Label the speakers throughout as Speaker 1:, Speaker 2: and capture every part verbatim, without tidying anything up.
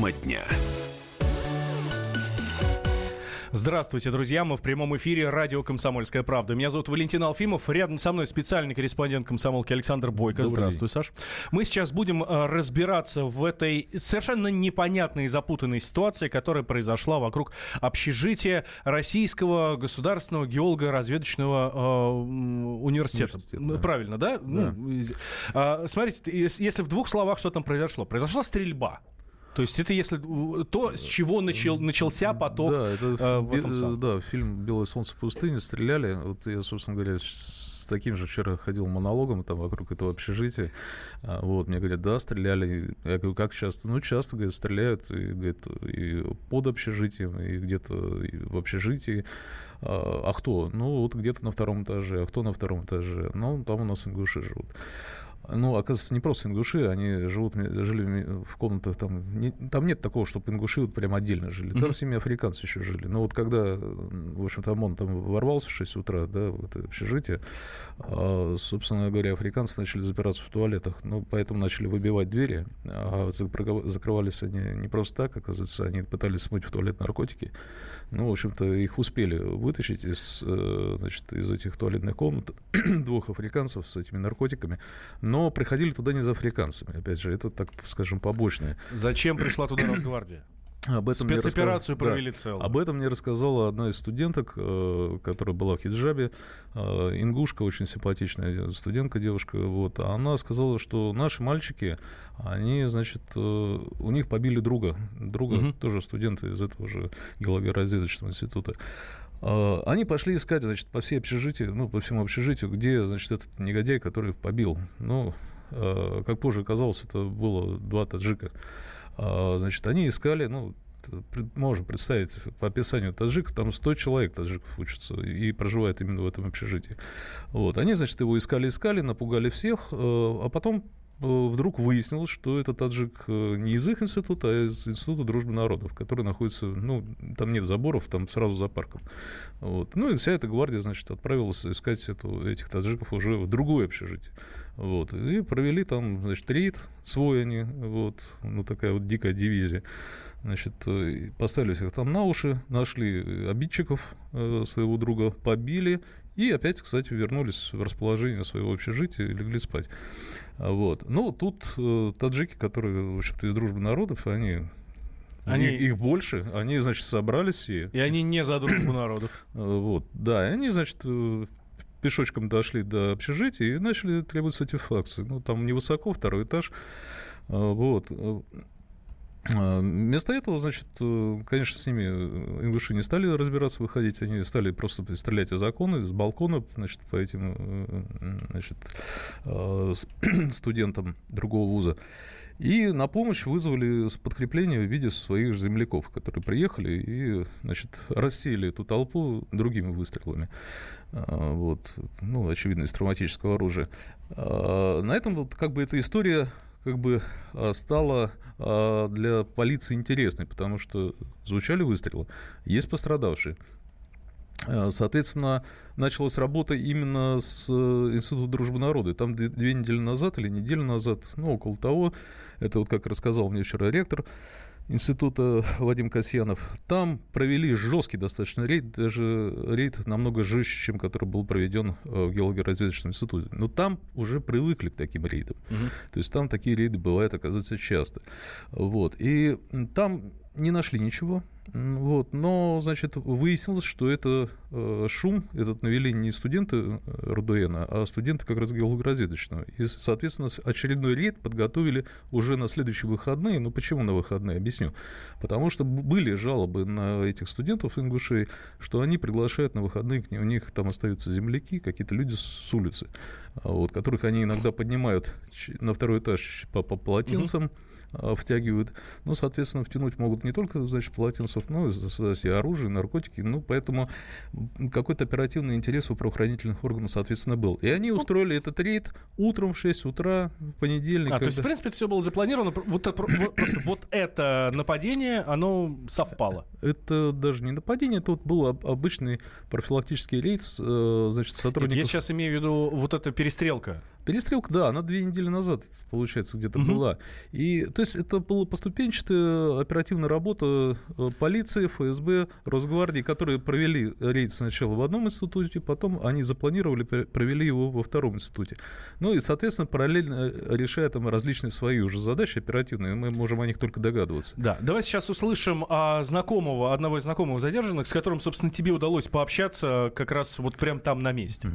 Speaker 1: Тема дня.
Speaker 2: Здравствуйте, друзья. Мы в прямом эфире радио «Комсомольская правда». Меня зовут Валентин Алфимов. Рядом со мной специальный корреспондент комсомолки Александр Бойко.
Speaker 3: Добрый
Speaker 2: Здравствуй,
Speaker 3: день.
Speaker 2: Саш. Мы сейчас будем э, разбираться в этой совершенно непонятной и запутанной ситуации, которая произошла вокруг общежития Российского государственного геолого-разведочного э, университета.
Speaker 3: Университет,
Speaker 2: Ну,
Speaker 3: да.
Speaker 2: правильно, да?
Speaker 3: Да.
Speaker 2: Ну, э, смотрите, если в двух словах, что там произошло. Произошла стрельба. То есть это если то, с чего начал, начался поток
Speaker 3: да, это,
Speaker 2: э, в этом
Speaker 3: бе-
Speaker 2: самом.
Speaker 3: Да, фильм «Белое солнце пустыни», стреляли. Вот я, собственно говоря, с таким же вчера ходил монологом там вокруг этого общежития. А, Вот, мне говорят, да, стреляли. Я говорю, как часто? Ну, часто, говорят, стреляют и, говорит, и под общежитием, и где-то и в общежитии. А, а кто? Ну, вот где-то на втором этаже. А кто на втором этаже? Ну, там у нас ингуши живут. Ну, оказывается, не просто ингуши, они живут, жили в комнатах, там, не, там нет такого, чтобы ингуши вот прям отдельно жили. Там mm-hmm. с ними африканцы еще жили. Но вот когда, в общем-то, ОМОН там ворвался в шесть утра, да, в это общежитие, а, собственно говоря, африканцы начали запираться в туалетах, ну, поэтому начали выбивать двери, а закрывались они не просто так, оказывается, они пытались смыть в туалет наркотики. Ну, в общем-то, их успели вытащить из, значит, из этих туалетных комнат двух африканцев с этими наркотиками. Но приходили туда не за африканцами. Опять же, это, так скажем, побочное.
Speaker 2: Зачем пришла туда Росгвардия?
Speaker 3: Об этом
Speaker 2: Спецоперацию
Speaker 3: рассказала,
Speaker 2: провели
Speaker 3: да,
Speaker 2: целую.
Speaker 3: Об этом мне рассказала одна из студенток, которая была в хиджабе, ингушка, очень симпатичная студентка, девушка. Вот. Она сказала, что наши мальчики, они, значит, у них побили друга, друга, угу. тоже студенты из этого же геологоразведочного института. Они пошли искать, значит, по всей общежитию, ну, по всему общежитию, где, значит, этот негодяй, который побил. Ну, как позже оказалось, это было два таджика. Значит, они искали, ну, можно представить, по описанию таджиков, там сто человек таджиков учатся и проживают именно в этом общежитии. Вот. Они, значит, его искали-искали, напугали всех, а потом вдруг выяснилось, что это таджик не из их института, а из Института дружбы народов, который находится, ну, там нет заборов, там сразу за парком. Вот. Ну, и вся эта гвардия, значит, отправилась искать эту, этих таджиков уже в другое общежитие. Вот. И провели там, значит, рейд свой они, вот, ну, такая вот дикая дивизия. Значит, поставили всех там на уши, нашли обидчиков своего друга, побили и опять, кстати, вернулись в расположение своего общежития и легли спать. Вот. Ну, тут таджики, которые, в общем-то, из дружбы народов, они... Они... Их, их больше, они, значит, собрались все.
Speaker 2: И они не за дружбу народов.
Speaker 3: Вот, да, и они, значит, пешочком дошли до общежития и начали требовать сатисфакции. Ну, там невысоко, второй этаж. Вот. Вместо этого, значит, конечно, с ними ингуши не стали разбираться, выходить, они стали просто стрелять из окна, из балкона, значит, по этим, значит, студентам другого вуза. И на помощь вызвали подкрепление в виде своих же земляков, которые приехали и, значит, рассеяли эту толпу другими выстрелами. Вот, ну, очевидно, из травматического оружия. На этом вот как бы эта история как бы стала для полиции интересной, потому что звучали выстрелы, есть пострадавшие. Соответственно, началась работа именно с Института дружбы народов. Там две, две недели назад или неделю назад, ну, около того, это вот как рассказал мне вчера ректор института Вадим Касьянов, там провели жесткий достаточно рейд, даже рейд намного жестче, чем который был проведен в геологоразведочном институте. Но там уже привыкли к таким рейдам. Угу. То есть там такие рейды бывают, оказывается, часто. Вот. И там не нашли ничего. Вот. Но, значит, выяснилось, что это э, шум, этот навели не студенты РУДН, а студенты как раз геологоразведочного. И, соответственно, очередной рейд подготовили уже на следующие выходные. Ну, почему на выходные? Объясню. Потому что были жалобы на этих студентов ингушей, что они приглашают на выходные, у них там остаются земляки, какие-то люди с улицы, вот, которых они иногда поднимают на второй этаж по, по полотенцам, угу. втягивают. Ну, соответственно, втянуть могут не только, значит, полотенцев, ну, и оружие, и наркотики. Ну, поэтому какой-то оперативный интерес у правоохранительных органов, соответственно, был. И они устроили ну, этот рейд утром в шесть утра, в понедельник.
Speaker 2: А,
Speaker 3: когда...
Speaker 2: то есть, в принципе, это все было запланировано. Вот, вот, вот это нападение, оно совпало.
Speaker 3: Это даже не нападение, это вот был обычный профилактический рейд, значит, сотрудников...
Speaker 2: Я сейчас имею в виду вот эта перестрелка.
Speaker 3: Перестрелка, да, она две недели назад, получается, где-то угу. была. И, то есть это была поступенчатая оперативная работа полиции, эф эс бэ, Росгвардии, которые провели рейд сначала в одном институте, потом они запланировали, провели его во втором институте. Ну и, соответственно, параллельно решая там различные свои уже задачи оперативные, мы можем о них только догадываться.
Speaker 2: Да, давай сейчас услышим а, знакомого, одного из знакомых задержанных, с которым, собственно, тебе удалось пообщаться как раз вот прям там на месте.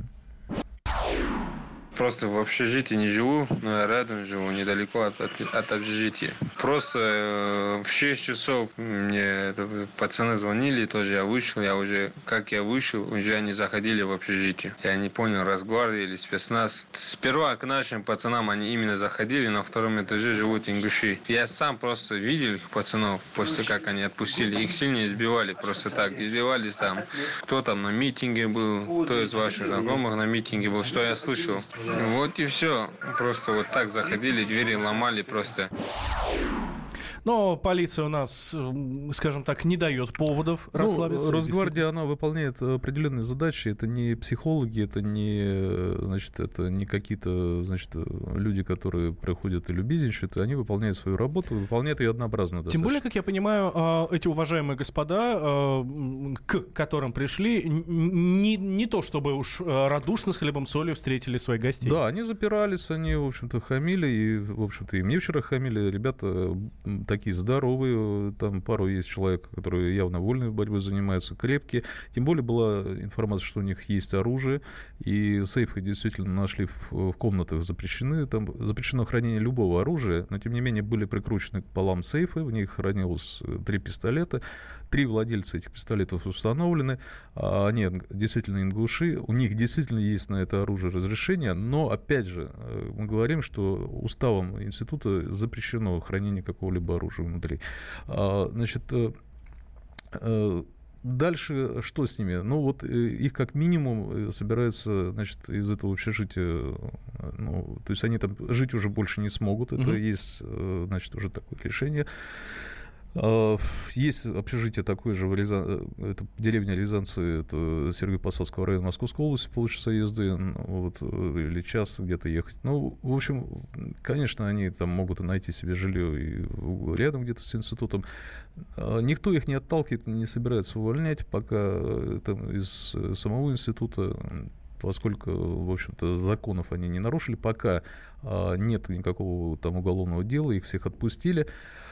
Speaker 1: Просто в общежитии не живу, но я рядом живу, недалеко от, от, от общежития. Просто э, в шесть часов мне это, пацаны звонили, тоже я вышел, я уже, как я вышел, уже они заходили в общежитие. Я не понял, Росгвардия или спецназ. Сперва к нашим пацанам они именно заходили, на втором этаже живут ингуши. Я сам просто видел их пацанов, после как они отпустили. Их сильно избивали, просто так, издевались там. Кто там на митинге был, кто из ваших знакомых на митинге был, что я слышал. Вот и все. Просто вот так заходили, двери ломали просто.
Speaker 2: Но полиция у нас, скажем так, не дает поводов расслабиться.
Speaker 3: Ну, Росгвардия, она выполняет определенные задачи. Это не психологи, это не, значит, это не какие-то, значит, люди, которые приходят и любезничают. Они выполняют свою работу, выполняют ее однообразно достаточно.
Speaker 2: Тем более, как я понимаю, эти уважаемые господа, к которым пришли, не, не то чтобы уж радушно с хлебом солью встретили своих гостей.
Speaker 3: Да, они запирались, они, в общем-то, хамили. И, в общем-то, и мне вчера хамили. Ребята такие здоровые, там пару есть человек, которые явно вольной борьбой занимаются, крепкие. Тем более была информация, что у них есть оружие, и сейфы действительно нашли в, в комнатах запрещены. Там запрещено хранение любого оружия, но тем не менее были прикручены к полам сейфы, в них хранилось три пистолета. Три владельца этих пистолетов установлены, они действительно ингуши, у них действительно есть на это оружие разрешение, но, опять же, мы говорим, что уставом института запрещено хранение какого-либо оружия внутри. Значит, дальше что с ними? Ну, вот их как минимум собираются, значит, из этого общежития, ну, то есть они там жить уже больше не смогут, это mm-hmm. есть, значит, уже такое решение. Есть общежитие такое же в Рязан... это деревня Рязанцы, это Сергиево-Посадского района Московской области, полчаса езды, вот, или час где-то ехать. Ну, в общем, конечно, они там могут найти себе жилье и рядом где-то с институтом. Никто их не отталкивает, не собирается увольнять, пока там, из самого института, поскольку, в общем-то, законов они не нарушили, пока нет никакого там уголовного дела, их всех отпустили.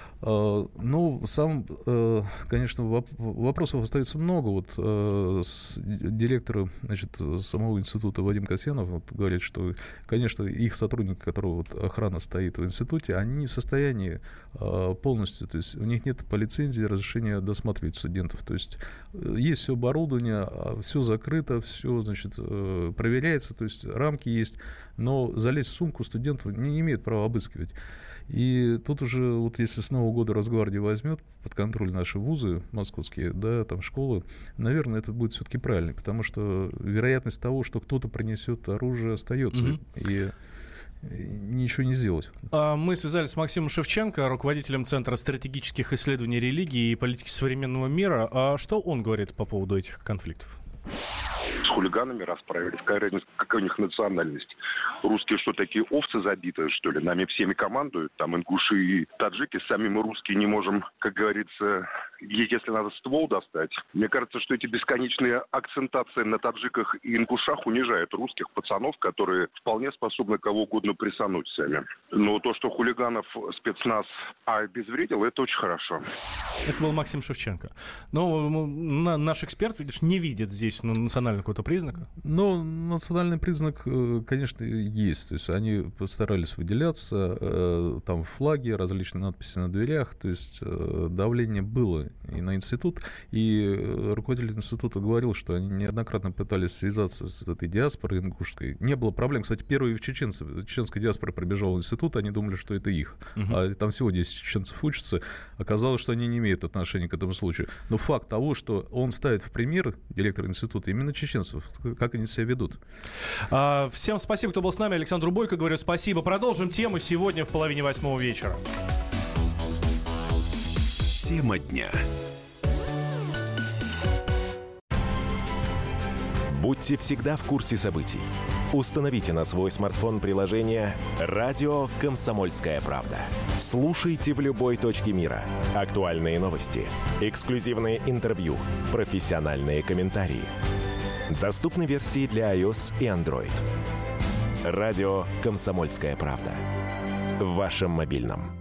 Speaker 3: Ну, сам, конечно, вопросов остается много. Вот директор, значит, самого института Вадим Касьянов вот говорит, что, конечно, их сотрудники, которые вот охрана стоит в институте, они не в состоянии полностью, то есть у них нет по лицензии разрешения досматривать студентов. То есть есть все оборудование, все закрыто, все, значит, проверяется, то есть рамки есть, но залезть в сумку студентов не имеет права обыскивать. И тут уже, вот если с Нового года Росгвардия возьмет под контроль наши вузы московские, да, там школы, наверное, это будет все-таки правильно, потому что вероятность того, что кто-то принесет оружие, остается. Mm-hmm. И ничего не сделать.
Speaker 2: Мы связались с Максимом Шевченко, руководителем Центра стратегических исследований религии и политики современного мира. А что он говорит по поводу этих конфликтов?
Speaker 4: С хулиганами расправились. Какая, какая у них национальность? Русские что, такие овцы забитые, что ли? Нами всеми командуют. Там ингуши и таджики. Сами мы русские не можем, как говорится, если надо ствол достать. Мне кажется, что эти бесконечные акцентации на таджиках и ингушах унижают русских пацанов, которые вполне способны кого угодно присануть сами. Но то, что хулиганов спецназ обезвредил, это очень хорошо.
Speaker 2: Это был Максим Шевченко. Но наш эксперт, видишь, не видит здесь национального какого-то признака.
Speaker 3: Ну, национальный признак, конечно, есть. То есть они постарались выделяться. Там флаги, различные надписи на дверях. То есть давление было и на институт. И руководитель института говорил, что они неоднократно пытались связаться с этой диаспорой ингушской. Не было проблем. Кстати, первые в чеченцы, чеченская диаспора прибежала в институт, они думали, что это их. Uh-huh. А там всего десять чеченцев учатся. Оказалось, что они не имеют отношения к этому случаю. Но факт того, что он ставит в пример, директор института, именно чеченцев, как они себя ведут.
Speaker 2: А, всем спасибо, кто был с нами. Александру Бойко говорю спасибо. Продолжим тему сегодня в половине восьмого вечера.
Speaker 5: Тема дня. Будьте всегда в курсе событий. Установите на свой смартфон приложение «Радио Комсомольская правда». Слушайте в любой точке мира. Актуальные новости, эксклюзивные интервью, профессиональные комментарии. Доступны версии для iOS и Android. «Радио Комсомольская правда». В вашем мобильном.